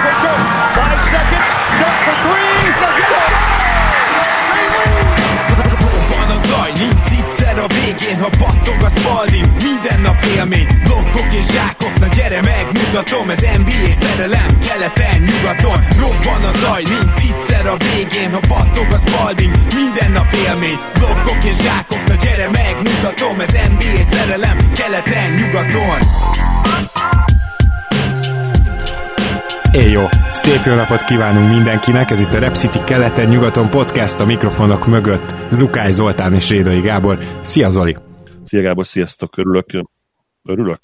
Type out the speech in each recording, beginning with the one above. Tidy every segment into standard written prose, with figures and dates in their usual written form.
for Dirk. 5 seconds. Dirk for 3. Van a zaj, nincs egyszer a végén, ha battog a Spalding, minden nap élmény, blokkok és zsákok, na gyere megmutatom, ez NBA szerelem, keleten, nyugaton, robban a zaj, nincs egyszer a végén, ha battog a Spalding, minden nap élmény, blokkok és zsákok, na gyere megmutatom, ez NBA szerelem, keleten, nyugaton. Jó, szép jó napot kívánunk mindenkinek, ez itt a Rep City keleten-nyugaton podcast, a mikrofonok mögött Zukály Zoltán és Rédai Gábor. Szia Zoli! Szia Gábor, sziasztok, örülök?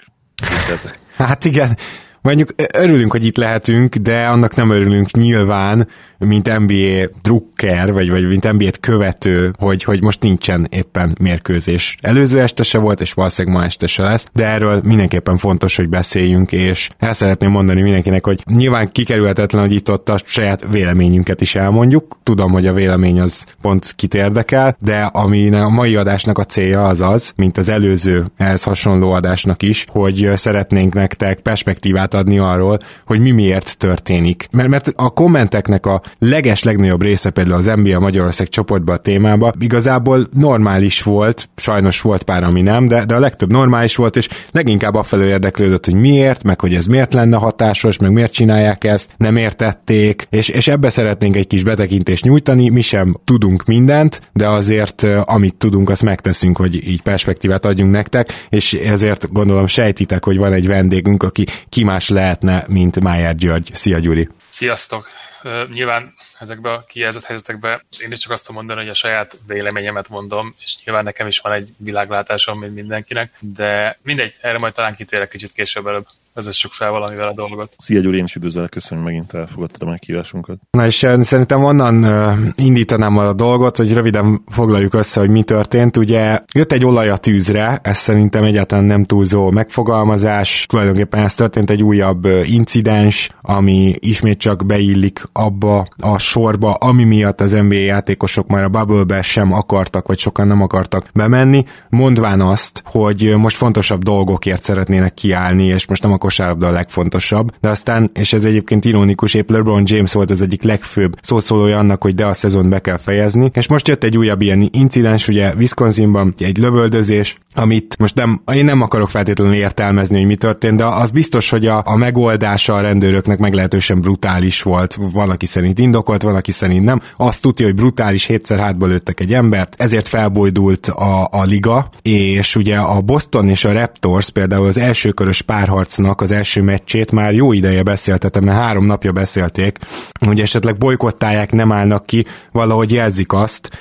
Hát igen, mondjuk örülünk, hogy itt lehetünk, de annak nem örülünk nyilván, mint NBA drukker, vagy mint NBA-t követő, hogy most nincsen éppen mérkőzés. Előző este se volt, és valószínűleg ma este se lesz, de erről mindenképpen fontos, hogy beszéljünk, és el szeretném mondani mindenkinek, hogy nyilván kikerülhetetlen, hogy itt-ott a saját véleményünket is elmondjuk. Tudom, hogy a vélemény az pont kit érdekel, de ami a mai adásnak a célja az, mint az előző ehhez hasonló adásnak is, hogy szeretnénk nektek perspektívát adni arról, hogy mi miért történik. Mert a kommenteknek a legnagyobb része például az NBA Magyarország csoportban a témában igazából normális volt, sajnos volt pár, ami nem, de a legtöbb normális volt, és leginkább afelől érdeklődött, hogy miért, meg hogy ez miért lenne hatásos, meg miért csinálják ezt, nem értették, és ebbe szeretnénk egy kis betekintést nyújtani, mi sem tudunk mindent, de azért amit tudunk, azt megteszünk, hogy így perspektívát adjunk nektek, és ezért gondolom sejtitek, hogy van egy vendégünk, aki ki más lehetne, mint Májer György. Szia Gyuri! Sziasztok! Nyilván ezekben a kijelzett helyzetekben én is csak azt mondani, hogy a saját véleményemet mondom, és nyilván nekem is van egy világlátásom, mint mindenkinek, de mindegy, erre majd talán kitérek kicsit később előbb. Vezessük fel valamivel a dolgot. Szia Gyuri, én is üdvözlök, köszönöm, hogy megint elfogadtad a meghívásunkat. Na és szerintem onnan indítanám a dolgot, hogy röviden foglaljuk össze, hogy mi történt. Ugye jött egy olaj a tűzre, ez szerintem egyáltalán nem túlzó megfogalmazás. Tulajdonképpen ez történt egy újabb incidens, ami ismét csak beillik abba a sorba, ami miatt az NBA játékosok már a bubble-be sem akartak, vagy sokan nem akartak bemenni, mondván azt, hogy most fontosabb dolgokért szeretnének kiállni, és most nem a kosárlabda a legfontosabb, de aztán, és ez egyébként ironikus, épp LeBron James volt az egyik legfőbb szószólója annak, hogy de a szezont be kell fejezni, és most jött egy újabb ilyen incidens, ugye Wisconsinban egy lövöldözés, amit most én nem akarok feltétlenül értelmezni, hogy mi történt, de az biztos, hogy a megoldása a rendőröknek meglehetősen brutális volt, van, aki szerint indokolt, van, aki szerint nem. Azt tudja, hogy brutális, 7-szer hátba lőttek egy embert, ezért felbojdult a liga, és ugye a Boston és a Raptors például az elsőkörös párharcnak az első meccsét már jó ideje beszéltetem, mert 3 napja beszélték, hogy esetleg bojkottálják, nem állnak ki, valahogy jelzik azt,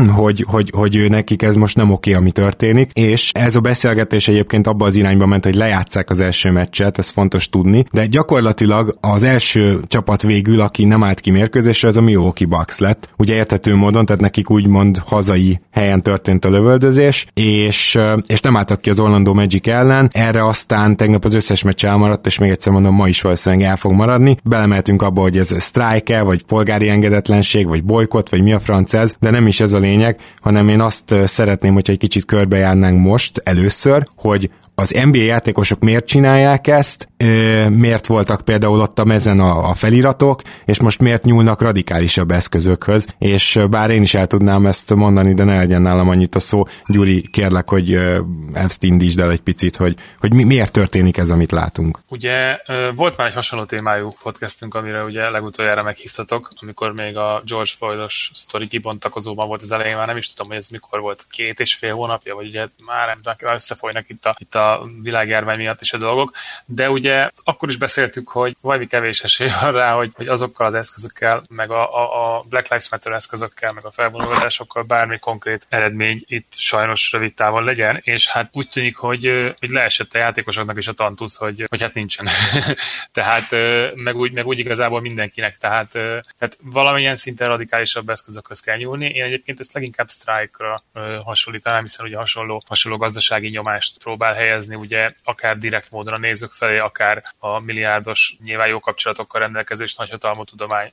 hogy ő nekik ez most nem oké, ami történik, és ez a beszélgetés egyébként abba az irányba ment, hogy lejátsszák az első meccset, ez fontos tudni, de gyakorlatilag az első csapat végül, aki nem állt ki mérkőzésre, az a Milwaukee Bucks lett. Ugye érthető módon, tehát nekik úgymond hazai helyen történt a lövöldözés, és nem álltak ki az Orlando Magic ellen, erre aztán tegnap az összes meccs elmaradt, és még egyszer mondom, ma is valószínűleg el fog maradni. Belemeltünk abba, hogy ez strike-e, vagy polgári engedetlenség, vagy bolykott, vagy mi a franc ez, de nem is ez a lényeg, hanem én azt szeretném, hogyha egy kicsit körbejárnánk most először, hogy az NBA játékosok miért csinálják ezt, miért voltak például ott a mezen a feliratok, és most miért nyúlnak radikálisabb eszközökhöz, és bár én is el tudnám ezt mondani, de ne legyen nálam annyit a szó. Gyuri, kérlek, hogy ezt indítsd el egy picit, hogy miért történik ez, amit látunk. Ugye volt már egy hasonló témájú podcastünk, amire ugye legutoljára meghívtatok, amikor még a George Floyd-os sztori kibontakozóban volt az elején, már nem is tudom, hogy ez mikor volt, 2,5 hónapja, vagy ugye már összefolynak itt a világjárvány miatt is a dolgok, de ugye akkor is beszéltük, hogy valami kevés esély van rá, hogy azokkal az eszközökkel, meg a Black Lives Matter eszközökkel, meg a felvonulásokkal bármi konkrét eredmény itt sajnos rövid távon legyen, és hát úgy tűnik, hogy leesett a játékosoknak is a tantusz, hogy hát nincsen. Tehát meg úgy igazából mindenkinek, tehát valamilyen szinten radikálisabb eszközökhöz kell nyúlni. Én egyébként ezt leginkább strike-ra hasonlítanám, hiszen ugye hasonló gazdasági nyomást próbál helyezni, ugye akár direkt módon a nézők felé, akár a milliárdos, nyilván jó kapcsolatokkal rendelkező és nagyhatalmú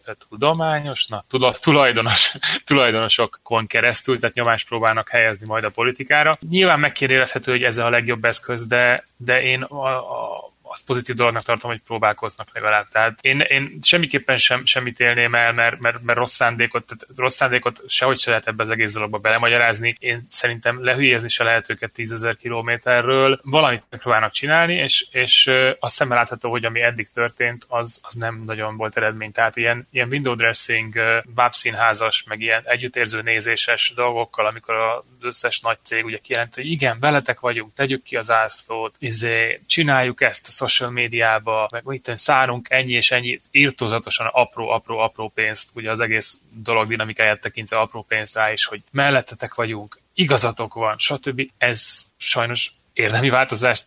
tulajdonosokon keresztül, tehát nyomást próbálnak helyezni majd a politikára. Nyilván megkérdezhető, hogy ez a legjobb eszköz, de én a azt pozitív dolognak tartom, hogy próbálkoznak legalább. Tehát én semmiképpen semmit élném el, mert rossz szándékot sehogy se lehet ebbe az egész dologba belemagyarázni. Én szerintem lehülyezni se lehet őket 10 000 kilométerről. Valamit megpróbálnak csinálni, és azt szemmel látható, hogy ami eddig történt, az nem nagyon volt eredmény. Tehát ilyen window dressing, bábszínházas, meg ilyen együttérző nézéses dolgokkal, amikor az összes nagy cég ugye kijelent, hogy igen, veletek vagyunk, tegyük ki az ászlót, csináljuk ezt a social médiába, meg itt szárunk ennyi és ennyi irtózatosan apró pénzt, ugye az egész dolog dinamikáját tekintve apró pénzt rá is, hogy mellettetek vagyunk, igazatok van, stb. Ez sajnos érdemi változást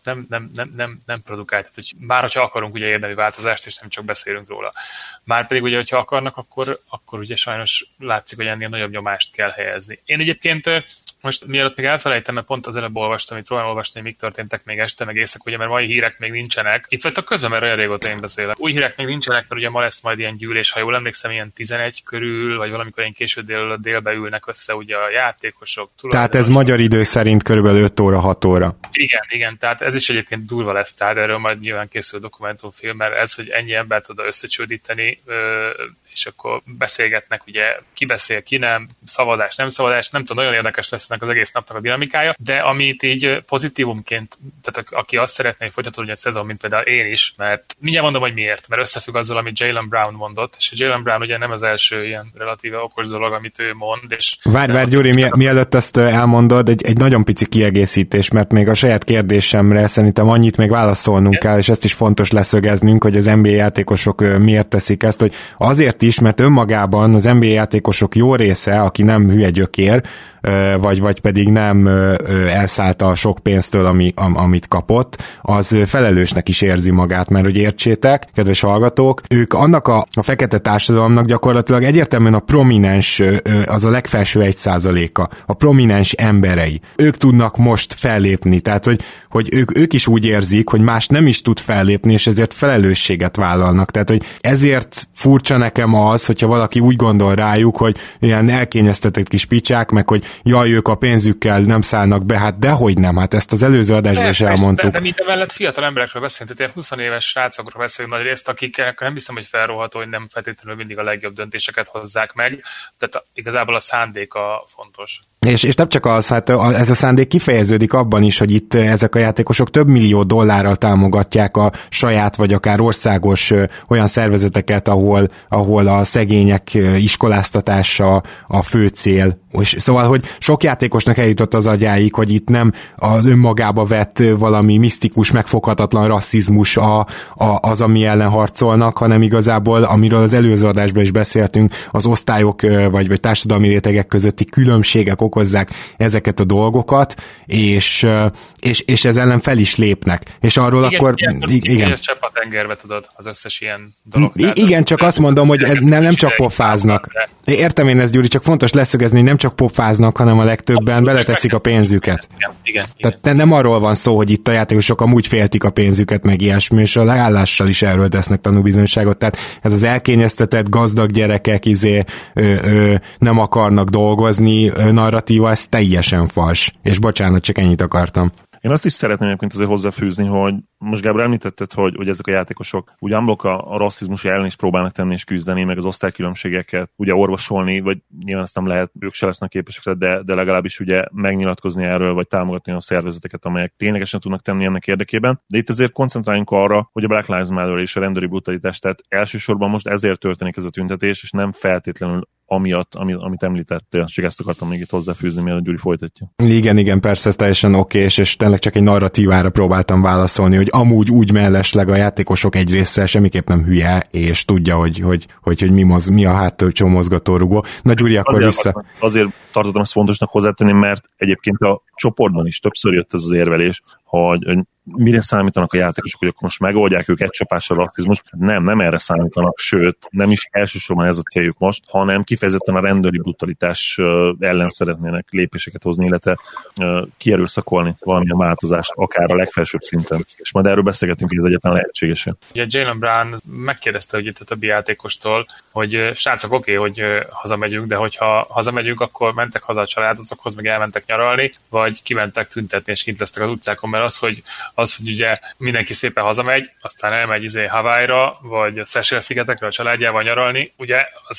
nem produkált. Tehát, hogy bár hogyha akarunk ugye érdemi változást, és nem csak beszélünk róla. Márpedig ugye, hogyha akarnak, akkor ugye sajnos látszik, hogy ennél nagyobb nyomást kell helyezni. Én egyébként most mielőtt még elfelejtem, mert pont az előbb olvastam, itt próbálom olvasni, hogy mik történtek még este, meg éjszaka, ugye, mert mai hírek még nincsenek. Itt vagytok közben, mert olyan régóta én beszélek. Új hírek még nincsenek, mert ugye ma lesz majd ilyen gyűlés, ha jól emlékszem, ilyen 11 körül, vagy valamikor ilyen késő délbe ülnek össze ugye a játékosok. Tehát ez magyar idő szerint körülbelül 5 óra, 6 óra. Igen, tehát ez is egyébként durva lesz, tehát erről majd nyilván készül dokumentumfilm, mert ez, hogy ennyi embert oda összecsődíteni, és akkor beszélgetnek, ugye ki beszél, ki nem, szavazás, nem szavazás, nem tudom, nagyon érdekes lesz az egész napnak a dinamikája, de amit így pozitívumként, tehát aki azt szeretné, hogy folytatódjon egy szezon, mint például én is, mert mindjárt mondom, hogy miért, mert összefügg azzal, amit Jaylen Brown mondott, és Jaylen Brown ugye nem az első ilyen relatíve okos dolog, amit ő mond, és... Várj, Gyuri, mielőtt ezt elmondod, egy nagyon pici kiegészítés, mert még a saját kérdésemre szerintem annyit még válaszolnunk kell, és ezt is fontos leszögeznünk, hogy az NBA játékosok miért teszik ezt, hogy azért is, mert önmagában az NBA játékosok jó része, aki nem hülye gyökér, vagy pedig nem elszállta a sok pénztől, amit kapott, az felelősnek is érzi magát, mert hogy értsétek, kedves hallgatók, ők annak a fekete társadalomnak gyakorlatilag egyértelműen a prominens, az a legfelső 1%-a, a prominens emberei. Ők tudnak most fellépni, tehát hogy ők is úgy érzik, hogy más nem is tud fellépni, és ezért felelősséget vállalnak. Tehát, hogy ezért furcsa nekem az, hogyha valaki úgy gondol rájuk, hogy ilyen elkényeztetett kis picsák, meg hogy jaj, ők a pénzükkel nem szállnak be, hát dehogy nem, hát ezt az előző adásban is elmondtuk. De mint mellett fiatal emberekről beszélünk, tehát ilyen 20 éves srácokról beszélünk nagy részt, akik nem hiszem, hogy felróható, hogy nem feltétlenül mindig a legjobb döntéseket hozzák meg, tehát igazából a szándéka fontos. És nem csak az, hát ez a szándék kifejeződik abban is, hogy itt ezek a játékosok több millió dollárral támogatják a saját, vagy akár országos olyan szervezeteket, ahol a szegények iskoláztatása a fő cél. És szóval, hogy sok játékosnak eljutott az agyáig, hogy itt nem az önmagába vett valami misztikus, megfoghatatlan rasszizmus az, ami ellen harcolnak, hanem igazából, amiről az előző adásban is beszéltünk, az osztályok vagy társadalmi rétegek közötti különbségek okozzák ezeket a dolgokat, és ez ellen fel is lépnek. És arról igen, akkor... Igen, ez csepp a tengerbe, tudod, az összes ilyen dolog. Igen, csak azt mondom, hogy nem csak pofáznak. Értem én ezt, Gyuri, csak fontos leszögezni, hogy nem csak pofáznak, hanem a legtöbben beleteszik a pénzüket. Igen. Tehát nem arról van szó, hogy itt a játékosok amúgy féltik a pénzüket, meg ilyesmi, és a leállással is erről tesznek tanúbizonyságot. Tehát ez az elkényeztetett gazdag gyerekek nem akarnak dolgozni narratíva, ez teljesen fals. És bocsánat, csak ennyit akartam. Én azt is szeretném egyébként azért hozzáfűzni, hogy most Gábor említetted, hogy ezek a játékosok úgy unblock a rasszizmus ellen is próbálnak tenni és küzdeni, meg az osztálykülönbségeket ugye orvosolni, vagy nyilván ezt nem lehet, ők se lesznek képesek, de legalábbis ugye megnyilatkozni erről, vagy támogatni a szervezeteket, amelyek ténylegesen tudnak tenni ennek érdekében. De itt azért koncentráljunk arra, hogy a Black Lives Matter és a rendőri brutalitás, tehát elsősorban most ezért történik ez a tüntetés, és nem feltétlenül amiatt, amit említettél, csak ezt akartam még itt hozzáfűzni, mielőtt Gyuri folytatja. Igen, persze ez teljesen okés, és tényleg csak egy narratívára próbáltam válaszolni, hogy amúgy úgy mellesleg a játékosok egy része semmiképp nem hülye, és tudja, hogy mi a háttércsó mozgatórugó. Na Gyuri, akkor vissza. Azért tartottam ezt fontosnak hozzátenni, mert egyébként a csoportban is többször jött ez az érvelés, hogy mire számítanak a játékosok, hogy akkor most megoldják ők egy csapással a rasszizmus. Nem erre számítanak, sőt, nem is elsősorban ez a céljuk most, hanem kifejezetten a rendőri brutalitás ellen szeretnének lépéseket hozni, illetve kierőszakolni valamilyen változást, akár a legfelsőbb szinten. És majd erről beszélgetünk, hogy ez egyáltalán lehetséges. Ugye Jaylen Brown megkérdezte ugye a többi játékostól, hogy srácok, oké, hogy hazamegyünk, de hogyha hazamegyünk, akkor mentek haza a családotokhoz, meg elmentek nyaralni, vagy kimentek tüntetni, és kint lesztek az utcákon, mert az, hogy ugye mindenki szépen hazamegy, aztán elmegy Hawaii-ra, vagy a Seychelles-szigetekre a családjával nyaralni, ugye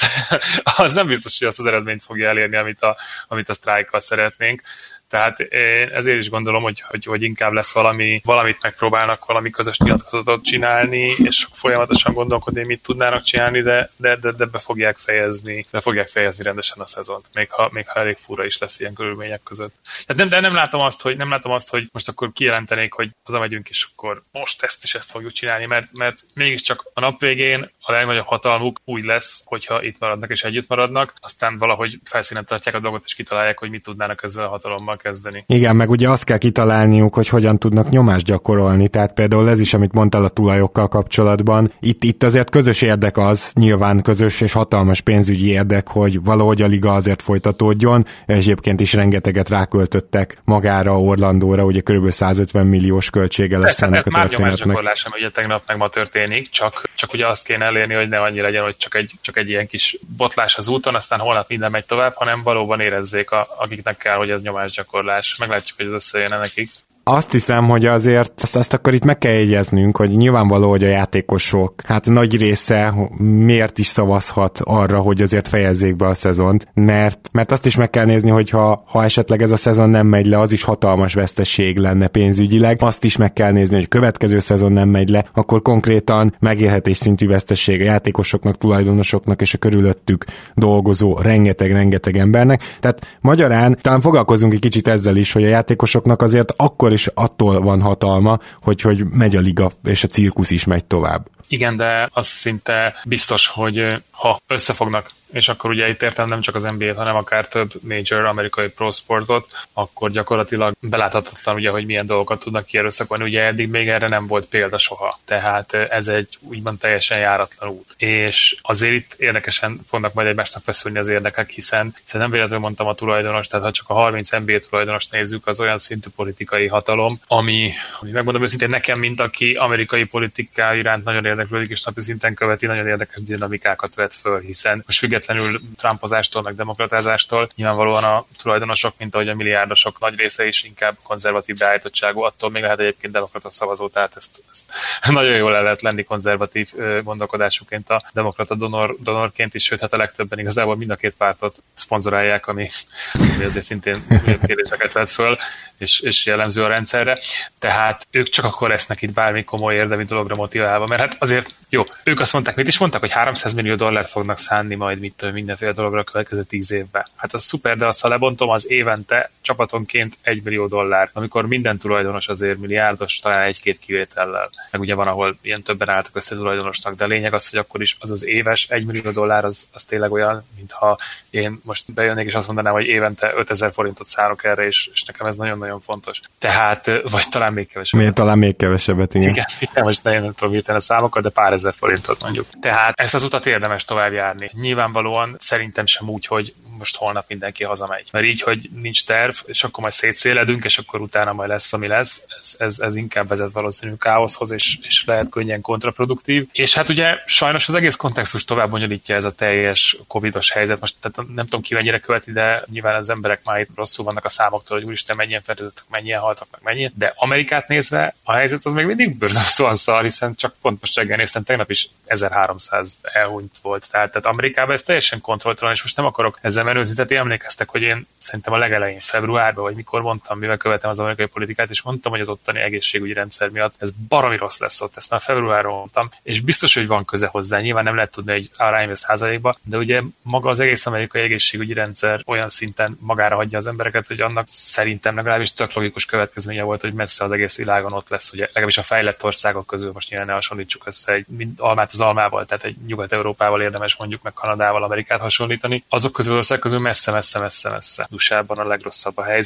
az nem biztos, hogy azt az eredményt fogja elérni, amit a sztrájkkal szeretnénk. Tehát én ezért is gondolom, hogy inkább lesz valamit megpróbálnak valami közös nyilatkozatot csinálni, és folyamatosan gondolkodni, mit tudnának csinálni, de be fogják fejezni rendesen a szezont, még ha elég fura is lesz ilyen körülmények között. Tehát nem látom azt, hogy most akkor kijelentenék, hogy hazamegyünk, és akkor most ezt fogjuk csinálni, mert mégiscsak a nap végén a legnagyobb hatalmuk úgy lesz, hogyha itt maradnak és együtt maradnak, aztán valahogy felszínen tartják a dolgot, és kitalálják, hogy mit tudnának ezzel a hatalommal kezdeni. Igen, meg ugye azt kell kitalálniuk, hogy hogyan tudnak nyomást gyakorolni, tehát például ez is, amit mondtál a tulajokkal kapcsolatban. Itt azért közös érdek az, nyilván közös és hatalmas pénzügyi érdek, hogy valahogy a liga azért folytatódjon, és egyébként is rengeteget ráköltöttek magára, Orlandóra, ugye körülbelül 150 milliós költsége lesz ennek a történetnek. Ez már nyomásgyakorlás, ami ugye tegnap meg ma történik, csak ugye azt kéne elérni, hogy ne annyi legyen, hogy csak egy ilyen kis botlás az úton, aztán holnap minden megy tovább, hanem valóban érezzék, akiknek kell, hogy ez nyomásgyakorlás. Meglátjuk, hogy ez összejön nekik. Azt hiszem, hogy azért azt akkor itt meg kell jegyeznünk, hogy nyilvánvaló, hogy a játékosok hát nagy része miért is szavazhat arra, hogy azért fejezzék be a szezont, mert azt is meg kell nézni, hogy ha esetleg ez a szezon nem megy le, az is hatalmas veszteség lenne pénzügyileg, azt is meg kell nézni, hogy a következő szezon nem megy le, akkor konkrétan megélhetés szintű veszteség a játékosoknak, tulajdonosoknak és a körülöttük dolgozó rengeteg embernek. Tehát magyarán talán foglalkozunk egy kicsit ezzel is, hogy a játékosoknak azért akkor is attól van hatalma, hogy megy a liga, és a cirkusz is megy tovább. Igen, de az szinte biztos, hogy ha összefognak, és akkor ugye itt értem nem csak az NBA-t, hanem akár több major amerikai pro sportot, akkor gyakorlatilag beláthatatlan, ugye, hogy milyen dolgokat tudnak kierőszakolni. Ugye eddig még erre nem volt példa soha. Tehát ez egy úgymond teljesen járatlan út. És azért itt érdekesen fognak majd egymásnak feszülni az érdekek, hiszen nem véletlenül mondtam a tulajdonos, tehát ha csak a 30 NBA tulajdonost nézzük, az olyan szintű politikai hatalom, ami megmondom őszintén nekem, mint aki amerikai politiká iránt nagyon érdeklődik, és napi szinten követi, nagyon érdekes dinamikákat vet föl, hiszen most függetlenül trumpozástól, meg demokratázástól nyilvánvalóan a tulajdonosok, mint ahogy a milliárdosok nagy része is inkább konzervatív beállítottságú, attól még lehet egyébként demokrata szavazó, tehát ezt nagyon jól el lehet lenni konzervatív gondolkodásúként a demokrata donorként is, sőt, hát a legtöbben igazából mind a két pártot szponzorálják, ami azért szintén kérdéseket vet föl, és jellemző a rendszerre. Tehát ők csak akkor lesznek itt bármi komoly érdemi dologra motiválva, mert hát azért jó, ők azt mondták, mit is mondtak, hogy $300 millió fognak szánni majd mindenféle dologra a következő 10 évben. Hát az szuper, de azt ha lebontom, az évente csapatonként $1 millió, amikor minden tulajdonos azért milliárdos, talán egy-két kivétellel. Meg ugye van, ahol ilyen többen álltak össze tulajdonosnak, de a lényeg az, hogy akkor is az éves $1 millió az tényleg olyan, mintha én most bejönnék és azt mondanám, hogy évente 5000 forintot szánok erre, és nekem ez nagyon-nagyon fontos. Tehát, vagy talán még kevesebbet. Talán még kevesebbet, igen. Igen, most nem tudom írteni a számokat, de pár ezer forintot mondjuk. Tehát ezt az utat érdemes tovább járni. Nyilvánvalóan szerintem sem úgy, hogy most holnap mindenki hazamegy. Mert így, hogy nincs terv, és akkor majd szétszéledünk, és akkor utána majd lesz, ami lesz, ez inkább vezet valószínű káoszhoz, és lehet könnyen kontraproduktív. És hát ugye sajnos az egész kontextus tovább bonyolítja ez a teljes covidos helyzet. Most tehát nem tudom ki mennyire követi, de nyilván az emberek már itt rosszul vannak a számoktól, hogy úristen mennyien fertőzöttek, mennyien haltak meg, mennyien. De Amerikát nézve a helyzet az még mindig borzasztóan szar, hiszen csak pont most reggel néztem, tegnap is 1300 elhunyt volt. Tehát Amerikában ez teljesen kontrolltalan, és most nem akarok ezzel menőzni, tehát emlékeztek, hogy én szerintem a legelején februárban, vagy mikor mondtam, mivel követem az amerikai politikát, és mondtam, hogy az ottani egészségügyi rendszer miatt ez baromi rossz lesz ott, ezt már februárban mondtam, és biztos, hogy van köze hozzá, nyilván nem lehet tudni egy arányos százalékba, de ugye maga az egész amerikai egészségügyi rendszer olyan szinten magára hagyja az embereket, hogy annak szerintem legalábbis tök logikus következménye volt, hogy messze az egész világon ott lesz, ugye legalábbis a fejlett országok közül, most nyilván ne hasonlítsuk össze egy almát az almával, tehát egy Nyugat-Európával érdemes mondjuk meg Kanadával, Amerikát hasonlítani. Azok közül ország közül messze. USA-ban a legrosszabb a helyzet,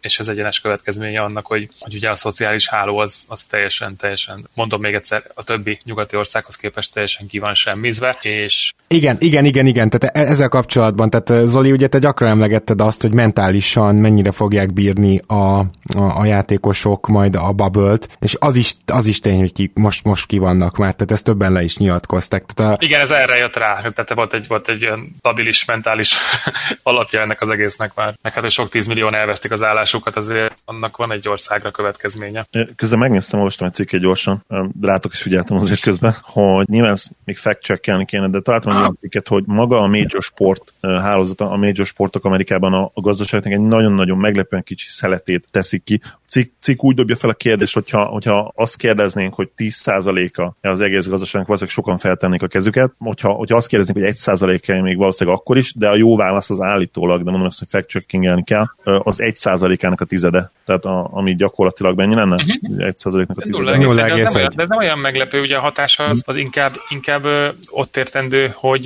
és ez egyenes következménye annak, hogy ugye a szociális háló az teljesen, mondom még egyszer, a többi nyugati országhoz képest teljesen ki van semmizve, és... Igen, tehát ezzel kapcsolatban, tehát Zoli, ugye te gyakran emlegetted azt, hogy mentálisan mennyire fogják bírni a játékosok majd a bubble-t, és az is tény, hogy most ki vannak már, tehát ezt többen le is nyilatkoztak. Igen, ez erre jött rá, tehát volt egy olyan stabilis, mentális alapja ennek az egésznek már. Meg hát, hogy sok 10 millióan elvesztik az állásukat, azért annak van egy országra következménye. Közben megnéztem, olvastam egy cikket gyorsan, rátok is figyeltem azért közben, hogy nyilván ezt még fact-checkelni kéne, de találtam egy olyan cikket, hogy maga a major sport hálózata, a major sportok Amerikában a gazdaságnak egy nagyon-nagyon meglepően kicsi szeletét teszik ki. A cikk úgy dobja fel a kérdést, hogyha azt kérdeznénk, hogy 10%-a az egész gazdaságnak, valószínűleg sokan feltennék a kezüket, hogyha azt kérdeznénk, hogy 1%-a még valószínűleg akkor is, de a jó válasz az állítólag, de mondom ezt, hogy fact-checkingelni kell, az 1%-ának a tizede. Tehát ami gyakorlatilag mennyi lenne? 1%-nak a tizede. De ez nem olyan meglepő, ugye a hatása az inkább ott értendő, hogy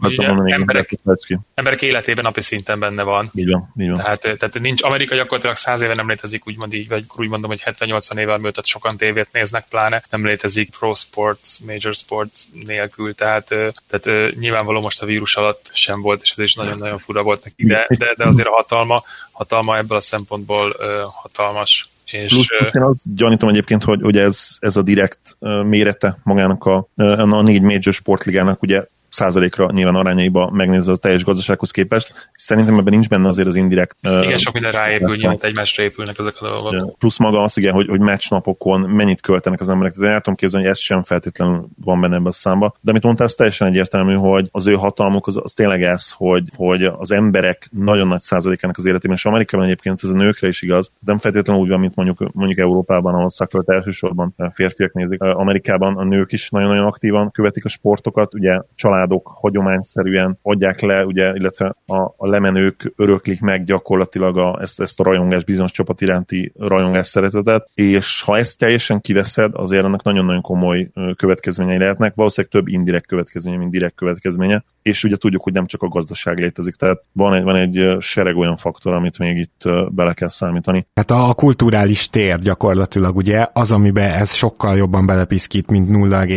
emberek életében napi szinten benne van. Így van. Tehát nincs, Amerika gyakorlatilag 100 éve nem létezik, úgymond így, vagy úgy mondom, hogy 70-80 évvel műtött sokan tévét néznek, pláne nem létezik pro sports, major sports nélkül, tehát nyilvánvaló most a vírus alatt sem volt, és ez is nagyon-nagyon fura volt neki, de azért a hatalma ebből a szempontból hatalmas. Plusz én azt gyanítom egyébként, hogy ez a direkt mérete magának a 4 major sportligának, ugye százalékra nyilván arányaiba megnézve a teljes gazdasághoz képest. Szerintem ebben nincs benne azért az indirekt... Igen, sok minden ráépül, nyilván egymásra épülnek ezek a dolgok. Plusz maga az, igen, hogy meccsnapokon mennyit költenek az emberek. Tehát el tudom képzelni, hogy ez sem feltétlenül van benne ebben a számba. De amit mondtál, ez teljesen egyértelmű, hogy az ő hatalmuk az tényleg ez, hogy az emberek nagyon nagy százalékának az életében, és Amerikában egyébként ez a nőkre is igaz. Nem feltétlenül úgy van, mint mondjuk Európában, ahol szakört elsősorban férfiak nézik. Amerikában a nők is nagyon-nagyon aktívan követik a sportokat, ugye családok hagyományszerűen adják le, ugye, illetve a lemenők öröklik meg gyakorlatilag ezt a rajongás, bizonyos csapat iránti rajongás szeretetet, és ha ezt teljesen kiveszed, azért annak nagyon-nagyon komoly következményei lehetnek, valószínűleg több indirekt következménye, mint direkt következménye, és ugye tudjuk, hogy nem csak a gazdaság létezik, tehát van egy sereg olyan faktor, amit még itt bele kell számítani. Hát a kulturális tér gyakorlatilag ugye az, amiben ez sokkal jobban belepiszkít, mint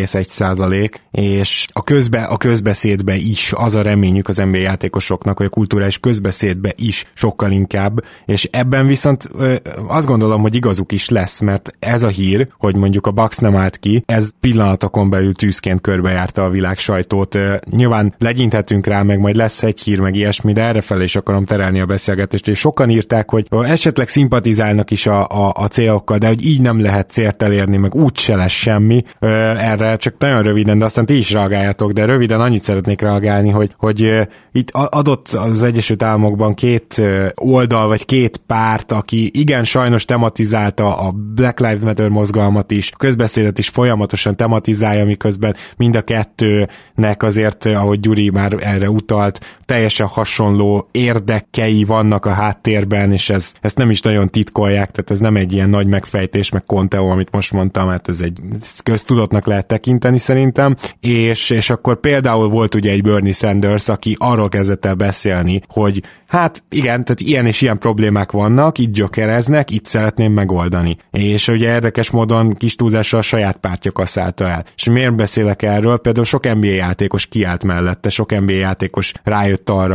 0,1%, és a közbeszédbe is az a reményük az NBA játékosoknak, hogy a kulturális közbeszédbe is sokkal inkább, és ebben viszont azt gondolom, hogy igazuk is lesz, mert ez a hír, hogy mondjuk a Bucks nem állt ki, ez pillanatokon belül tűzként körbejárta a világ sajtót. Nyilván legyinthetünk rá, meg majd lesz egy hír, meg ilyesmi, de errefelé is akarom terelni a beszélgetést, és sokan írták, hogy esetleg szimpatizálnak is a célokkal, de hogy így nem lehet célt elérni, meg úgyse lesz semmi. Erre csak nagyon röviden, de aztán ti is reagáljátok, de röviden annyit szeretnék reagálni, hogy itt adott az Egyesült Államokban két oldal, vagy két párt, aki igen sajnos tematizálta a Black Lives Matter mozgalmat is, a közbeszédet is folyamatosan tematizálja, miközben mind a kettőnek azért, ahogy Gyuri már erre utalt, teljesen hasonló érdekei vannak a háttérben, és ezt nem is nagyon titkolják, tehát ez nem egy ilyen nagy megfejtés, meg konteó, amit most mondtam, hát ez egy köztudatnak lehet tekinteni szerintem, és akkor például volt ugye egy Bernie Sanders, aki arról kezdett el beszélni, hogy hát igen, tehát ilyen és ilyen problémák vannak, itt gyökereznek, itt szeretném megoldani. És ugye érdekes módon kis túlzással a saját pártja kasszálta el. És miért beszélek erről? Például sok NBA játékos kiállt mellette, sok NBA játékos rájött arra,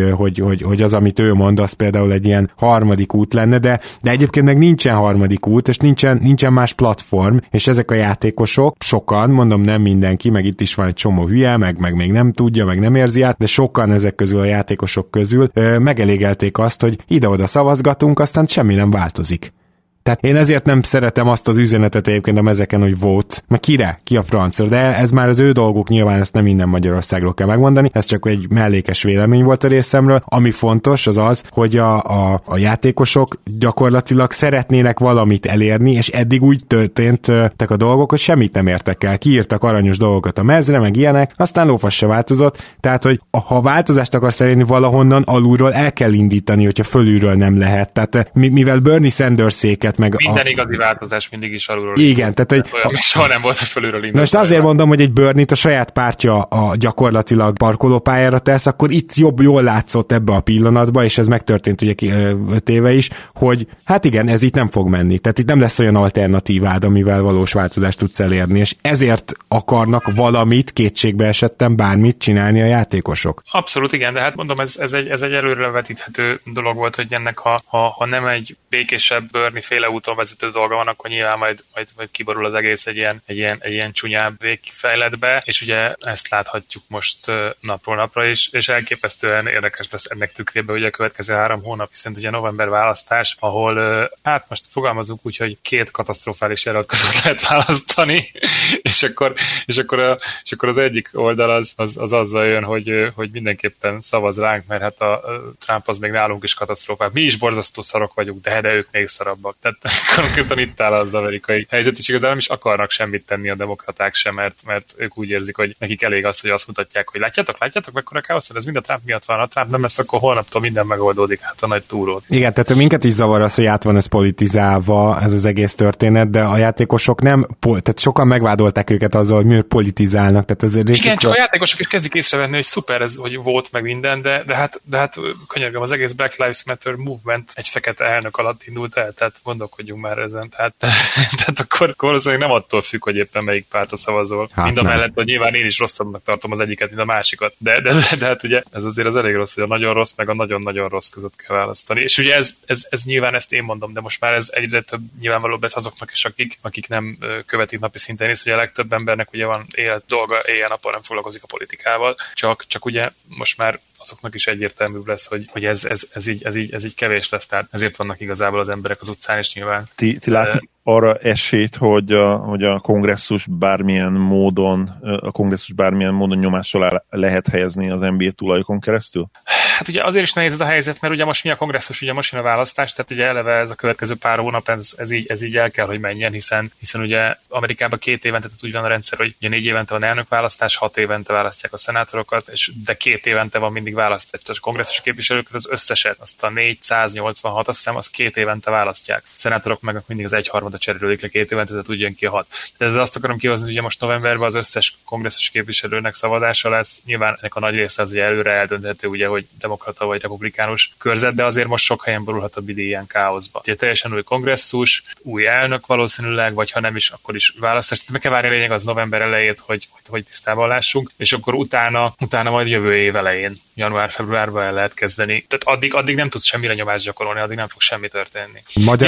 hogy az, amit ő mond, az például egy ilyen harmadik út lenne, de egyébként meg nincsen harmadik út, és nincsen más platform, és ezek a játékosok, sokan, mondom nem mindenki, meg itt is van egy csomó hülye, meg még nem tudja, meg nem érzi át, de sokan ezek közül a játékosok közül megelégelték azt, hogy ide-oda szavazgatunk, aztán semmi nem változik. Tehát én ezért nem szeretem azt az üzenetet egyébként a ezeken, hogy vote, meg kire? Ki a francra? De ez már az ő dolguk, nyilván ezt nem minden Magyarországról kell megmondani, ez csak egy mellékes vélemény volt a részemről. Ami fontos az az, hogy a játékosok gyakorlatilag szeretnének valamit elérni, és eddig úgy történtek a dolgok, hogy semmit nem értek el. Kiírtak aranyos dolgokat a mezre, meg ilyenek, aztán lófasz se változott, tehát hogy ha változást akarsz elérni valahonnan, alulról el kell indítani, hogyha fölülről nem lehet. Tehát mivel Bernie Sanders-éket azért meg... Minden igazi változás mindig is alulról. Igen, tehát soha nem volt, hogy fölülről indult. Most azért mondom, hogy egy Bernie-t a saját pártja a gyakorlatilag parkolópályára tesz, akkor itt jól látszott ebbe a pillanatba, és ez megtörtént ugye 5 éve is, hogy hát igen, ez itt nem fog menni. Tehát itt nem lesz olyan alternatívád, amivel valós változást tudsz elérni, és ezért akarnak valamit, kétségbe esettem, bármit csinálni a játékosok. Abszolút igen, de hát mondom, ez egy előrevetíthető dolog volt, hogy ennek ha nem egy békésebb Bernie féle úton vezető dolga van, akkor nyilván majd kiborul az egész egy ilyen csúnyább végkifejletbe, és ugye ezt láthatjuk most napról napra is, és elképesztően érdekes lesz ennek tükrében, ugye a következő 3 hónap, viszont ugye november választás, ahol hát most fogalmazunk úgy, hogy 2 katasztrofális jelöltkezőt lehet választani, és akkor az egyik oldal az azzal jön, hogy mindenképpen szavaz ránk, mert hát a Trump az még nálunk is katasztrófák. Mi is borzasztó szarok vagyunk, de ők még szarabbak. Tehát konkrétan itt áll az amerikai helyzet, és igazából nem is akarnak semmit tenni a demokraták sem, mert ők úgy érzik, hogy nekik elég az, hogy azt mutatják, hogy látjátok, mekkora káosz, ez mind a Trump miatt van, a Trump nem lesz, akkor holnaptól minden megoldódik, hát a nagy túrót. Igen, tehát minket is zavar az, hogy át van ez politizálva, ez az egész történet, de a játékosok nem, tehát sokan megvádolták őket azzal, hogy miért politizálnak. Tehát ez igen, csak a játékosok is kezdik észrevenni, hogy szuper ez, hogy volt meg minden, de hát könyörgöm, az egész Black Lives Matter movement egy fekete elnök alatt indult el, tehát gondolkodjunk már ezen. Tehát akkor valószínűleg nem attól függ, hogy éppen melyik pártra szavazol. Hát mind a mellett, hogy nyilván én is rosszabbnak tartom az egyiket, mint a másikat. De hát ugye ez azért az elég rossz, hogy a nagyon rossz, meg a nagyon-nagyon rossz között kell választani. És ugye ez nyilván ezt én mondom, de most már ez egyre több nyilvánvalóbb lesz azoknak is, akik nem követik napi szinten is, hogy a legtöbb embernek ugye van élet dolga, éjjel-nappal nem foglalkozik a politikával, csak ugye most már azoknak is egyértelműbb lesz, hogy ez így kevés lesz, tehát ezért vannak igazából az emberek az utcán, és nyilván... Ti látni arra esélyt, hogy a kongresszus bármilyen módon nyomás alá lehet helyezni az NBA tulajokon keresztül? Hát ugye azért is nehéz ez a helyzet, mert ugye most mi a kongresszus, ugye most jön a választás, tehát ugye eleve ez a következő pár hónap, ez így el kell, hogy menjen, hiszen ugye Amerikában 2 évente, tehát úgy van a rendszer, hogy ugye 4 évente van elnökválasztás, 6 évente választják a szenátorokat, de 2 évente van mindig választás. Tehát a kongresszus képviselők az összeset, azt a 486, azt hiszem, az 2 évente választják. A szenátorok meg mindig az 1/3 cserélődik le 2 évente, tehát úgy jön ki a 6. Tehát ezzel azt akarom kihozni, hogy ugye most novemberben az összes kongresszus képviselőnek szavazása lesz. Nyilván ennek a nagy része az ugye előre eldönthető, ugye, hogy demokrata vagy republikánus körzet, de azért most sok helyen borulhat a bidi ilyen káoszba. Ugye teljesen új kongresszus, új elnök valószínűleg, vagy ha nem is, akkor is választás. Tehát meg kell várni a lényeg az november elejét, hogy tisztában lássunk, és akkor utána majd jövő év elején, január-februárban el lehet kezdeni. Tehát addig nem tudsz semmire nyomást gyakorolni, addig nem fog semmi történni.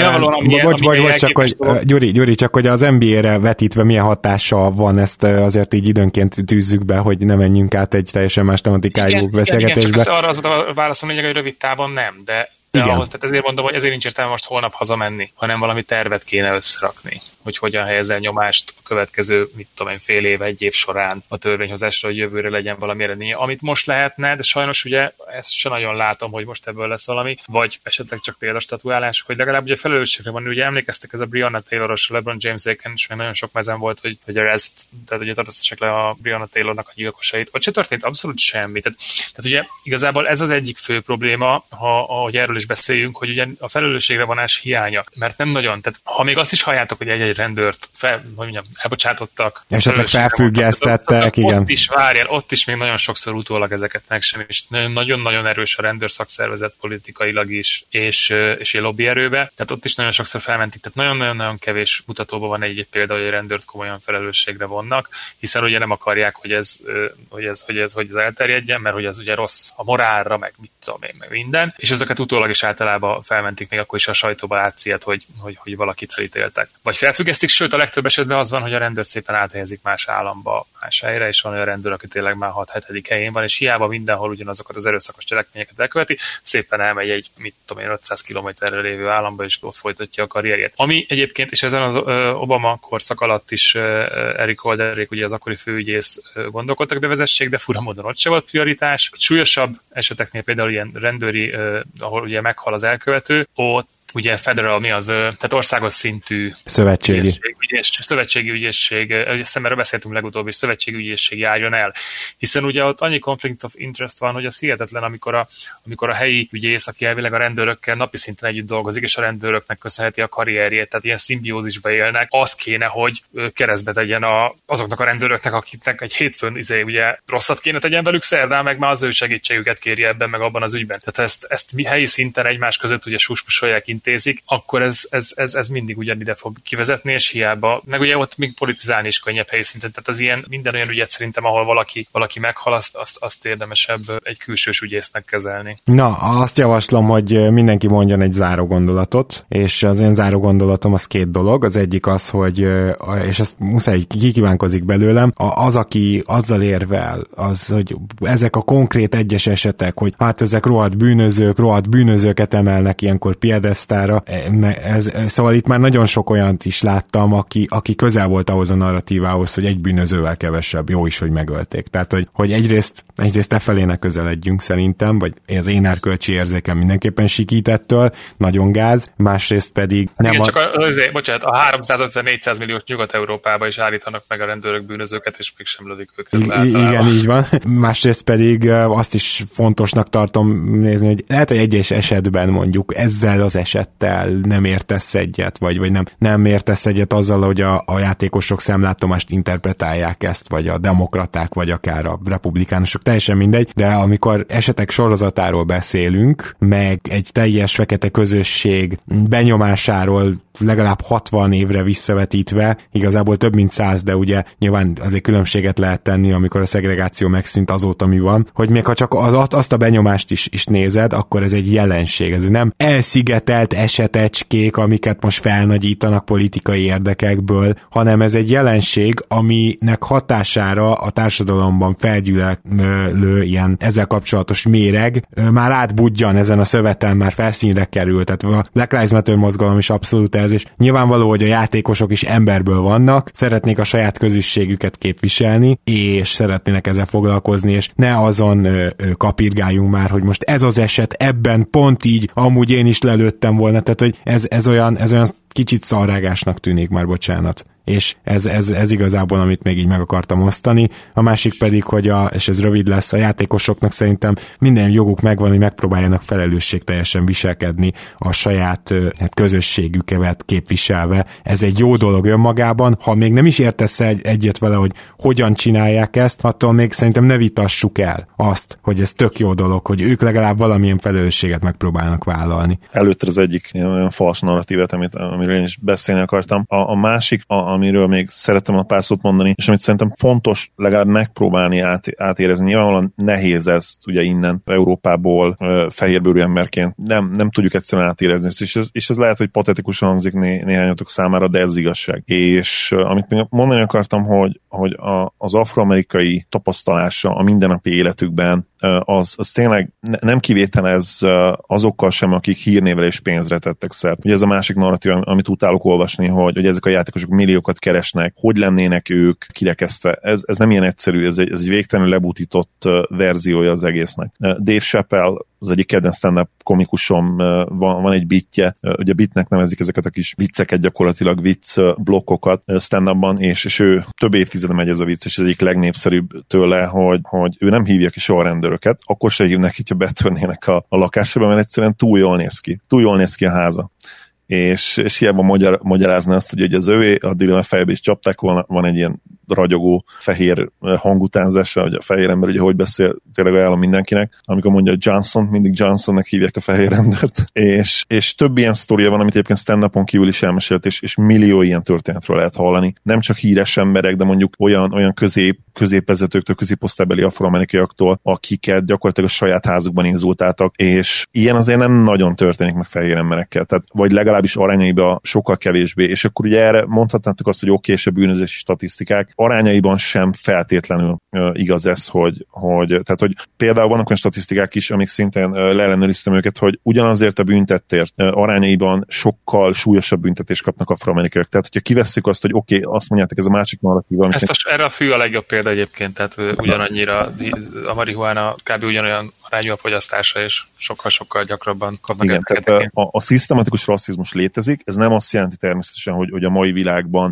Gyuri, csak hogy az NBA-re vetítve milyen hatással van, ezt azért így időnként tűzzük be, hogy ne menjünk át egy teljesen más tematikájú beszélgetésbe. Igen, csak arra az a válaszom lényeg, hogy rövid távon nem, de ahhoz, tehát ezért mondom, hogy ezért nincs értelme most holnap hazamenni, hanem valami tervet kéne összerakni, hogy hogyan helyezel nyomást a következő, fél év, 1 év során a törvényhozásra, hogy jövőre legyen valami eredménye, amit most lehetne, de sajnos ugye ezt sem nagyon látom, hogy most ebből lesz valami, vagy esetleg csak példastatuálás, hogy legalább ugye felelősségre van, ugye emlékeztek ez a Breonna Tayloros, LeBron James-éken, és még nagyon sok mezen volt, hogy arrest, tehát ugye tartóztassák le a Breonna Taylornak a gyilkosait, ott se történt abszolút semmi. Tehát ugye igazából ez az egyik fő probléma, ahogy erről is beszéljünk, hogy ugye a felelősségre vonás hiánya, mert nem nagyon, tehát ha még azt is halljátok, hogy egy rendőrt elbocsátottak, esetleg felfüggesztettek, igen. Ott is még nagyon sokszor utólag ezeket meg sem, és nagyon-nagyon erős a rendőr szakszervezet politikailag is, és lobbyerőbe, tehát ott is nagyon sokszor felmentik, tehát nagyon-nagyon kevés mutatóban van egy példa, hogy a rendőrt komolyan felelősségre vonnak, hiszen ugye nem akarják, hogy ez elterjedjen, mert hogy ez ugye rossz a morálra, meg mit tudom én, meg minden, és ezeket utólag is általában felmentik, még akkor is a sajtóba látsziet, hogy valakit elítéltek. Vagy felfüggesztik, sőt a legtöbb esetben az van, hogy a rendőr szépen áthelyezik más államba, más helyre, és van olyan rendőr, aki tényleg már 6-7. helyén van, és hiába mindenhol ugyanazokat az erőszakos cselekményeket elköveti, szépen elmegy egy 500 kilométerre lévő államba, és ott folytatja a karrierjét. Ami egyébként, és ezen az Obama korszak alatt is Eric Holderrék, ugye az akkori főügyész gondolkodtak, bevezessék, de fura módon ott se volt prioritás. Súlyosabb eseteknél például ilyen rendőri, ahol ugye meghal az elkövető, ott ugye federal, mi az, tehát országos szintű szövetségi ügyészség, hiszem erről beszéltünk legutóbb, és szövetségi ügyészség járjon el. Hiszen ugye ott annyi conflict of interest van, hogy az hihetetlen, amikor a helyi ügyész, aki elvileg a rendőrökkel napi szinten együtt dolgozik, és a rendőröknek köszönheti a karrierjét, tehát ilyen szimbiózisba élnek, az kéne, hogy keresztbe tegyen azoknak a rendőröknek, akiknek egy hétfőn ugye rosszat kéne tegyen velük, szerdán meg már az ő segítségüket kéri ebben, meg abban az ügyben. Tehát ezt mi helyi szinten egymás között ugye suspusolják, intézik, akkor ez mindig ugyanide fog kivezetni, és hiába, meg ugye ott még politizálni is könnyebb helyi szinten, tehát az ilyen minden olyan ügyet szerintem, ahol valaki meghal, azt érdemesebb egy külsős ügyésznek kezelni. Na, azt javaslom, hogy mindenki mondjon egy záró gondolatot, és az én záró gondolatom az két dolog. Az egyik az, hogy, és ezt muszáj kikívánkozik belőlem, az, aki azzal érvel, az, hogy ezek a konkrét egyes esetek, hogy hát ezek rohadt bűnözőket emelnek ilyenkor piedesztára, szóval itt már nagyon sok olyant is láttam, aki közel volt ahhoz a narratívához, hogy egy bűnözővel kevesebb, jó is, hogy megölték. Tehát, hogy egyrészt felének közeledjünk szerintem, vagy az én erkölcsi érzékem mindenképpen sikítettől, nagyon gáz, másrészt pedig nem igen, csak a 350-400 milliós Nyugat-Európába is állítanak meg a rendőrök bűnözőket, és mégsem lövik őket. Igen, így van. Másrészt pedig azt is fontosnak tartom nézni, hogy lehet, hogy egyes esetben mondjuk ezzel az esettel nem értesz egyet, vagy nem értesz egyet azzal, hogy a játékosok szemlátomást interpretálják ezt, vagy a demokraták, vagy akár a republikánusok, teljesen mindegy, de amikor esetek sorozatáról beszélünk, meg egy teljes fekete közösség benyomásáról legalább 60 évre visszavetítve, igazából több mint 100, de ugye nyilván azért különbséget lehet tenni, amikor a szegregáció megszűnt azóta mi van, hogy még ha csak azt a benyomást is nézed, akkor ez egy jelenség, ez nem elszigetelt esetecskék, amiket most felnagyítanak politikai érdekekből, hanem ez egy jelenség, aminek hatására a társadalomban felgyűlölő ilyen ezzel kapcsolatos méreg már átbudjan ezen a szöveten, már felszínre kerül, tehát a Black Lives Matter mozgalom is abszolút ez, és nyilvánvaló, hogy a játékosok is emberből vannak, szeretnék a saját közösségüket képviselni, és szeretnének ezzel foglalkozni, és ne azon kapirgáljunk már, hogy most ez az eset, ebben pont így, amúgy én is lelőttem volna, tehát hogy ez olyan kicsit szarrágásnak tűnik már, bocsánat. És ez igazából, amit még így meg akartam osztani. A másik pedig, hogy és ez rövid lesz, a játékosoknak szerintem minden joguk megvan, hogy megpróbáljanak felelősségteljesen viselkedni a saját közösségüket képviselve. Ez egy jó dolog önmagában. Ha még nem is értesz egyet vele, hogy hogyan csinálják ezt, attól még szerintem ne vitassuk el azt, hogy ez tök jó dolog, hogy ők legalább valamilyen felelősséget megpróbálnak vállalni. Előtte az egyik olyan fals narratívet, amiről én is beszélni akartam. A másik, amiről még szerettem a pár szót mondani, és amit szerintem fontos legalább megpróbálni átérezni. Nyilvánvalóan nehéz ezt ugye innen Európából fehérbőrű emberként nem tudjuk egyszerűen átérezni, és ez lehet, hogy patetikusan hangzik néhányatok számára, de ez igazság. És amit még mondani akartam, hogy az afroamerikai tapasztalása a mindennapi életükben az tényleg nem kivételez azokkal sem, akik hírnével és pénzre tettek szert. Ugye ez a másik narratív, amit utálok olvasni, hogy ezek a játékosok milliókat keresnek, hogy lennének ők kirekesztve. Ez nem ilyen egyszerű, ez egy végtelenül lebutított verziója az egésznek. Dave Chappelle, az egyik kedvenc stand-up komikusom, van egy bitje, ugye bitnek nevezik ezeket a kis vicceket, gyakorlatilag vicc blokkokat stand-upban, és ő több évtizede megy ez a vicc, és ez egyik legnépszerűbb tőle, hogy ő nem hívja ki soha rendőröket, akkor se hívnak, hogyha betörnének a lakásába, mert egyszerűen túl jól néz ki a háza. És hiába magyarázna azt, hogy az övé, addig a fejbe is csapták, van egy ilyen ragyogó fehér hangutánzása, hogy a fehér ember ugye hogy beszél, tényleg ajánlom mindenkinek, amikor mondja Johnson, mindig Johnsonnak hívják a fehér rendőrt, és több ilyen sztoria van, amit egyébként stand-upon kívül is elmesélt, és millió ilyen történetről lehet hallani. Nem csak híres emberek, de mondjuk olyan középvezetőktől, középosztálybeli afroamerikaiaktól, akiket gyakorlatilag a saját házukban inzultáltak, és ilyen azért nem nagyon történik meg fehér emberekkel, tehát vagy legalábbis arányaiban sokkal kevésbé, és akkor ugye erre mondhatnátok azt, hogy oké, és a bűnözési statisztikák, arányaiban sem feltétlenül igaz ez, hogy például vannak olyan statisztikák is, amik szintén leellenőriztem őket, hogy ugyanazért a büntettért arányaiban sokkal súlyosabb büntetést kapnak afroamerikaiak. Tehát, hogyha kivesszük azt, hogy oké, azt mondjátok, ez a másik narratíva. Erre a fű a legjobb példa egyébként, tehát ugyanannyira a marihuána kb. Ugyanolyan arányú a fogyasztása, és sokkal-sokkal gyakrabban kapnak. Igen, tehát a szisztematikus rasszizmus létezik, ez nem azt jelenti természetesen, hogy a mai világban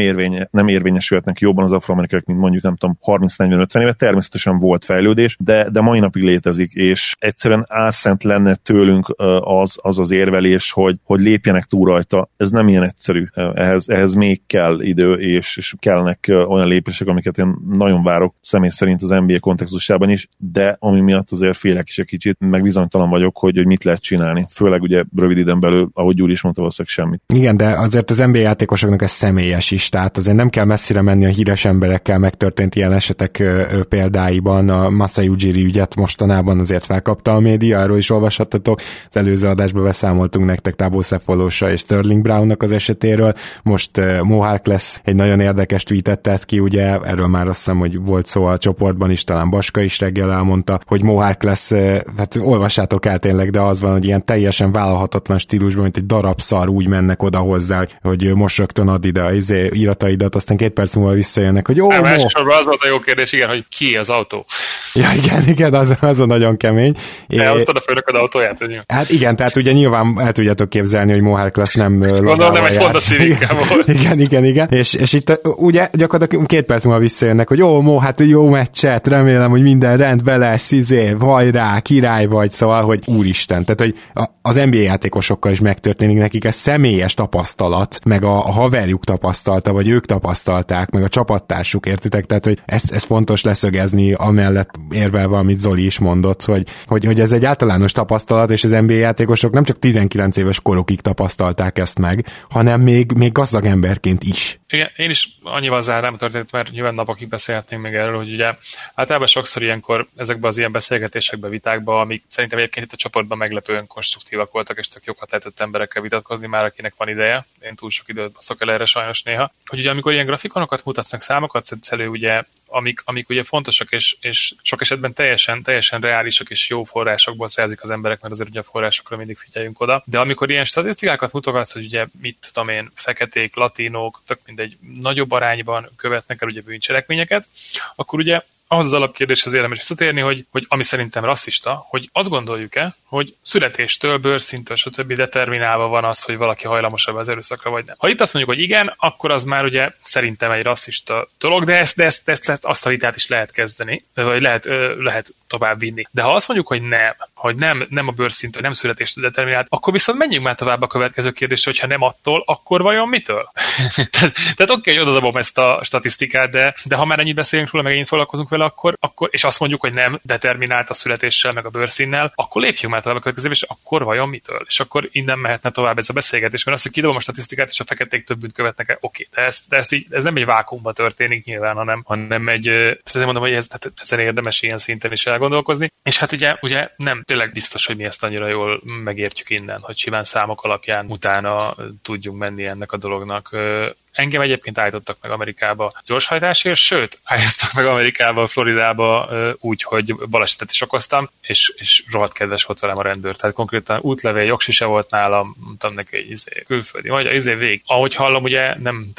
nem érvényesülhetnek jobban az afroamerikaiak, mint mondjuk nem tudom 30-40-50 éve, természetesen volt fejlődés, de mai napig létezik, és egyszerűen álszent lenne tőlünk az érvelés, hogy lépjenek túl rajta. Ez nem ilyen egyszerű. Ehhez még kell idő, és kellnek olyan lépések, amiket én nagyon várok személy szerint az NBA kontextusában is, de ami miatt azért félek is egy kicsit, meg bizonytalan vagyok, hogy mit lehet csinálni. Főleg ugye rövid időn belül, ahogy Gyuri is mondta, valószínűleg semmit. Igen, de azért az NBA játékosoknak ez személyes is, tehát azért nem kell messzire menni a híres emberekkel megtörtént ilyen esetek példáiban. A Masai Ujiri ügyet mostanában azért felkapta a média, arról is olvashattatok. Az előző adásban beszámoltunk nektek Thabo Sefolosra és Sterling Brownnak az esetéről. Most Mo Harkless egy nagyon érdekes tweetet tett ki, ugye erről már azt hiszem, hogy volt szó a csoportban is, talán Baska is reggel elmondta, hogy Mo Harkless, hát olvassátok el tényleg, de az van, hogy ilyen teljesen vállalhatatlan stílusban, mint egy darab szar úgy mennek oda hozzá, hogy most rögtön add ide az irataidat, aztán 2 perc múlva visszajönnek, hogy elsősorban az volt a jó kérdés, igen, hogy ki az autó. Ja, igen, az a nagyon kemény. Elhoztad a főnököd autóját? Hát igen, tehát ugye nyilván el tudjátok képzelni, hogy Mo Harkless nem gondolom, nem egy Honda Civic-kel volt. Igen. És itt ugye gyakorlatilag 2 perc múlva visszajönnek, hogy Mo, hát jó meccset, remélem, hogy minden rendben lesz, hajrá, király vagy, szóval, hogy úristen, tehát hogy az NBA játékosokkal is megtörténik nekik, ez személyes tapasztalat, meg a haverjuk tapasztalta, vagy ők tapasztalták, meg a csapattársuk, értitek? Tehát, hogy ez fontos leszögezni, amellett érvelve, amit Zoli is mondott, hogy ez egy általános tapasztalat, és az NBA játékosok nem csak 19 éves korukig tapasztalták ezt meg, hanem még gazdag emberként is. Igen, én is annyival zárám történt, mert nyilván napokig beszélhetnénk még erről, hogy ugye általában sokszor ilyenkor ezekben az ilyen beszélgetésekben, vitákban, amik szerintem egyébként itt a csoportban meglepően konstruktívak voltak, és tök jókat lehetett emberekkel vitatkozni, már akinek van ideje. Én túl sok időt baszok el erre sajnos néha. Hogy ugye amikor ilyen grafikonokat mutatsz, meg számokat szedsz elő, ugye, amik ugye fontosak, és sok esetben teljesen reálisak és jó forrásokból szerzik az emberek, mert azért ugye a forrásokra mindig figyeljünk oda. De amikor ilyen statisztikákat mutogatsz, hogy ugye mit tudom én, feketék, latinók, tök mindegy nagyobb arányban követnek el ugye bűncselekményeket, akkor ugye ahhoz az alapkérdéshez érdemes visszatérni, hogy ami szerintem rasszista, hogy azt gondoljuk-e, hogy születéstől, bőrszintől, stb. Determinálva van az, hogy valaki hajlamosabb az erőszakra, vagy nem. Ha itt azt mondjuk, hogy igen, akkor az már ugye szerintem egy rasszista dolog, de azt a vitát is lehet kezdeni, vagy lehet tovább vinni. De ha azt mondjuk, hogy nem a bőrszintől, nem születéstől determinált, akkor viszont menjünk már tovább a következő kérdésre, hogyha nem attól, akkor vajon mitől? Tehát oké, hogy odadobom ezt a statisztikát, de ha már ennyit beszélünk róla, meg én foglalkozunk vele, akkor, és azt mondjuk, hogy nem determinált a születéssel, meg a bőrszínnel, akkor lépjünk már tovább a következőbe, és akkor vajon mitől? És akkor innen mehetne tovább ez a beszélgetés, mert azt, hogy kidobom a statisztikát, és a feketék több bűnt követnek el, oké, de ez nem egy vákuumban történik nyilván, hanem egy, ezért mondom, hogy ezen érdemes ilyen szinten is elgondolkozni. És hát ugye nem tényleg biztos, hogy mi ezt annyira jól megértjük innen, hogy simán számok alapján utána tudjunk menni ennek a dolognak. Engem egyébként állítottak meg Amerikába gyorshajtásért, sőt, állítottak meg Amerikába, Floridába úgy, hogy balesetet is okoztam, és rohadt kedves volt velem a rendőr. Tehát konkrétan útlevél, jogsi se volt nálam, mondtam neki egy külföldi, vagy vég. Ahogy hallom, ugye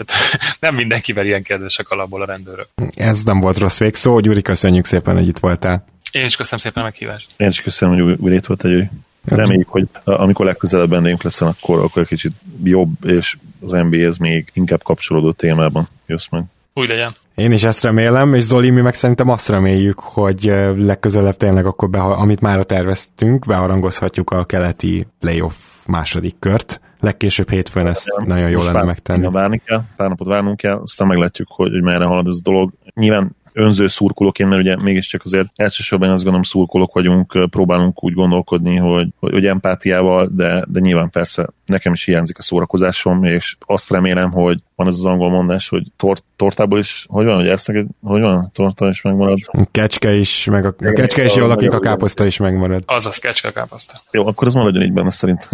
nem mindenkivel ilyen kedvesek alapból a rendőrök. Ez nem volt rossz végszó. Gyuri, köszönjük szépen, hogy itt voltál. Én is köszönöm szépen a meghívást. Én is köszönöm, hogy újra itt volt egy. Reméljük, hogy amikor legközelebb bennünk lesz, akkor egy kicsit jobb, és az NBA-hez még inkább kapcsolódó témában jössz meg. Úgy legyen. Én is ezt remélem, és Zoli, mi meg szerintem azt reméljük, hogy legközelebb tényleg akkor, amit mára terveztünk, beharangozhatjuk a keleti playoff második kört. Legkésőbb hétfőn ezt nagyon jól lenne megtenni. Pár napot várnunk kell, aztán meglátjuk, hogy merre halad ez a dolog. Nyilván önző szurkolóként, mert ugye mégiscsak azért elsősorban azt gondolom szurkolók vagyunk, próbálunk úgy gondolkodni, hogy empátiával, de nyilván persze nekem is hiányzik a szórakozásom, és azt remélem, hogy van ez az angol mondás, hogy tortából is, hogy van, hogy esznek, hogy van, torta is megmarad. Kecske is, meg a kecske is jól lakik, a káposzta is megmarad. Azaz, kecske, káposzta. Jó, akkor ez maradjon így benne szerint.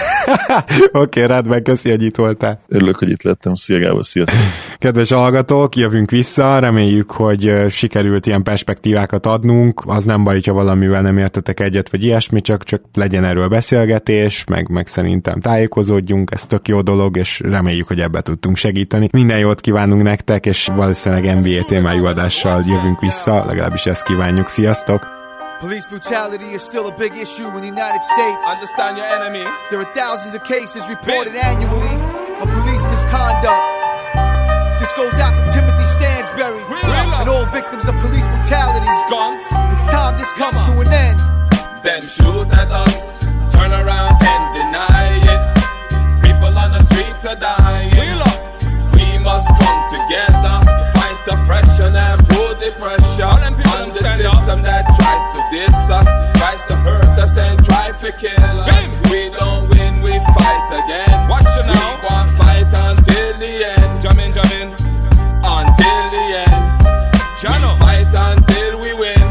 Oké, rendben, köszi, hogy itt voltál. Örülök, hogy itt lettem. Szia Gábor, sziasztok. Kedves hallgatók, jövünk vissza, reméljük, hogy sikerült ilyen perspektívákat adnunk. Az nem baj, ha valamivel nem értetek egyet, vagy ilyesmi, csak legyen erről beszélgetés, meg szerintem tájékozódjunk, ez tök jó dolog, és reméljük, hogy ebbe tudtunk segíteni. Minden jót kívánunk nektek, és valószínűleg NBA témájú adással jövünk vissza, legalábbis ezt kívánjuk. Sziasztok! Police brutality is still a big issue in the United States. Understand your enemy. There are thousands of cases reported annually of police misconduct. This goes out to Timothy Stansberry and all victims of police brutality. It's time this comes to an end. Then shoot at us, turn around and deny it. People on the streets are dying. We must come together, fight oppression and put the pressure on the system that tries to diss us, tries to hurt us and try to kill us. We don't win, we fight again. Watch you now. We gon' fight until the end. Jump in. Until the end. We fight until we win.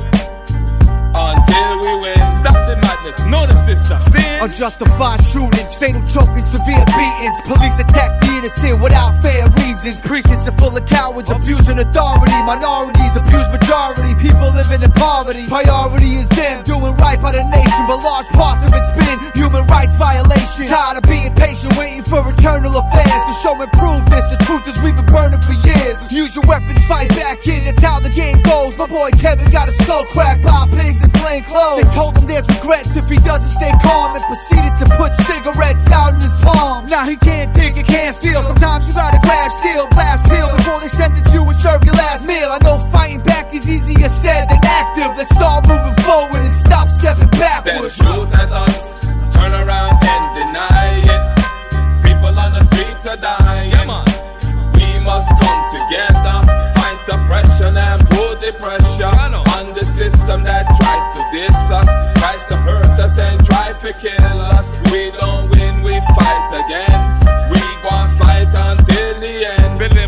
Until we win. Stop the madness, know the system. Unjustified shootings, fatal choking, severe beatings. Police attack the innocent without fair reasons. Precincts are full of cowards abusing authority. Minorities abuse majority. People living in poverty. Priority is them doing right by the nation, but large parts of it's been human rights violations. Tired of being patient, waiting for eternal affairs to show and prove this. The truth is we've been burning for years. Use your weapons, fight back in. That's how the game goes. My boy Kevin got his skull cracked by pigs in plain clothes. They told him there's regrets if he doesn't stay calm, and proceeded to put cigarettes out in his palm. Now he can't think, he can't feel. Sometimes you gotta grab steel, blast peel before they send it to you and serve your last meal. I know fighting back is easier said than active. Let's start moving forward and stop stepping backwards. Then shoot at us, turn around and deny it. People on the streets are dying. We must come together, fight oppression and put the pressure on the system that tries to diss us, tries to hurt us and try to kill us. We don't win, we fight again. We gon' fight until the end.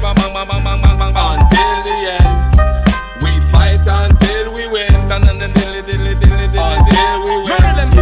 Until the end. We fight until we win. Until we win.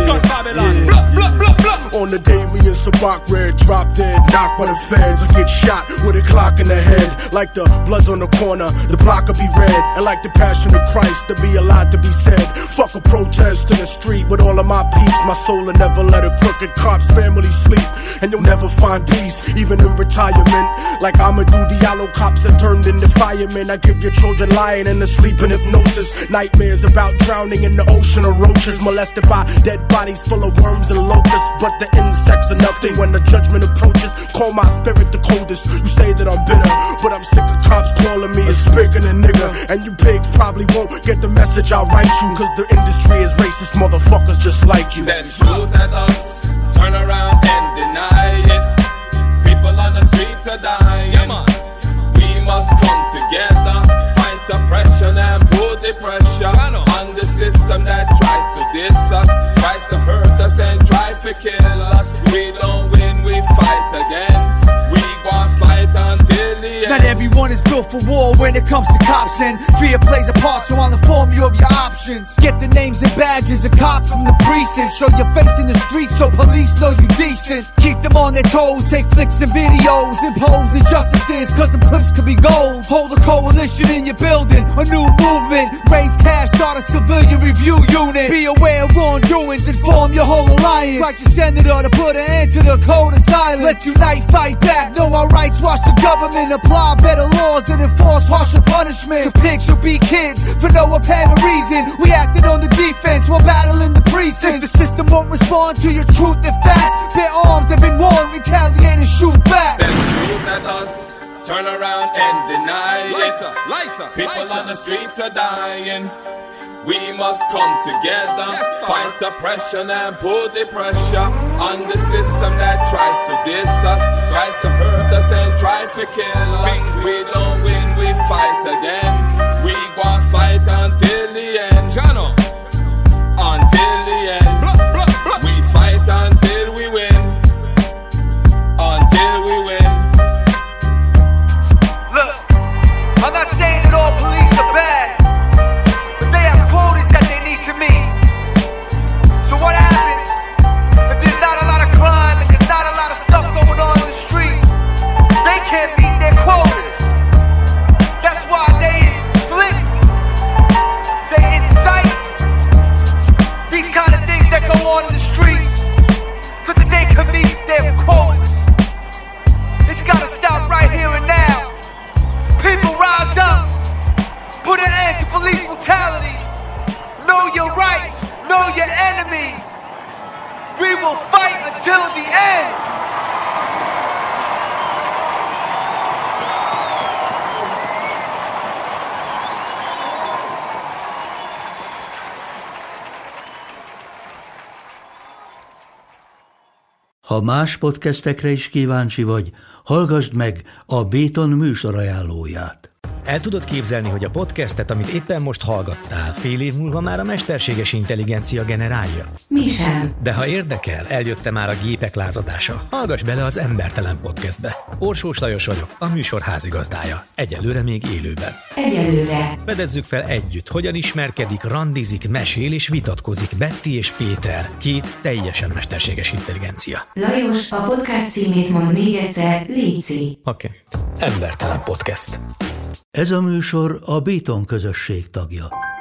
On the day me and Sabak Red drop dead, knocked by the feds. I get shot with a clock in the head. Like the bloods on the corner, the block will be red. And like the passion of Christ, there be a lot to be said. Fuck a protest in the street with all of my peeps. My soul will never let a crooked cop's family sleep. And you'll never find peace, even in retirement. Like Amadou Diallo, cops that turned into firemen. I give your children lying in the sleep and hypnosis. Nightmares about drowning in the ocean of roaches. Molested by dead bodies full of worms and locusts. But the insects are nothing when the judgment approaches. Call my spirit the coldest. You say that I'm bitter, but I'm sick of cops calling me a spigot and nigga. And you pigs probably won't get the message I'll write you, cause the industry is racist motherfuckers just like you. Then shoot at us, turn around and deny it. People on the streets are dying. We must come together, fight oppression and put the pressure on the system that tries to diss us, tries to hurt us and try to kill us. We don't win, we fight again. We gon' fight until the end. Not everyone is built for war when it comes to cops, and fear plays a part, so I'll inform you of your options. Get the names and badges of cops from the precinct. Show your face in the street so police know you decent. Keep them on their toes, take flicks and videos. Impose injustices, cause them clips could be gold. Hold a coalition in your building, a new movement. Raise cash, start a civilian review unit. Be aware of wrongdoings, inform your whole alliance. Write your senator to put an end to the code of silence. Let's unite, fight back, know our rights, watch the government apply better laws and enforce harsher punishment. To pigs who beat kids for no apparent reason. We acted on the defense while battling the precinct. If the system won't respond to your truth and facts, their arms have been worn, retaliate and shoot back. Then shoot at us, turn around and deny it. People on the streets are dying. We must come together, fight oppression and put the pressure on the system that tries to diss us, tries to hurt us and try to kill us. We don't win, we fight again. We gon' fight until the end. Until the end. We fight until we win. Until we win. Look, I'm not saying that all police are bad, but they have quotas that they need to meet. So what happens if there's not a lot of crime and there's not a lot of stuff going on in the streets? They can't meet their quotas. That's why they Ha más podcastekre is kíváncsi vagy, hallgassd meg a Béton műsor ajánlóját. El tudod képzelni, hogy a podcastet, amit éppen most hallgattál, fél év múlva már a mesterséges intelligencia generálja? Mi sem. De ha érdekel, eljött már a gépek lázadása. Hallgass bele az Embertelen Podcastbe. Orsós Lajos vagyok, a műsor házigazdája. Egyelőre még élőben. Egyelőre. Fedezzük fel együtt, hogyan ismerkedik, randizik, mesél és vitatkozik Betty és Péter, két teljesen mesterséges intelligencia. Lajos, a podcast címét mondd még egyszer, léci. Oké. Embertelen Podcast. Ez a műsor a Béton közösség tagja.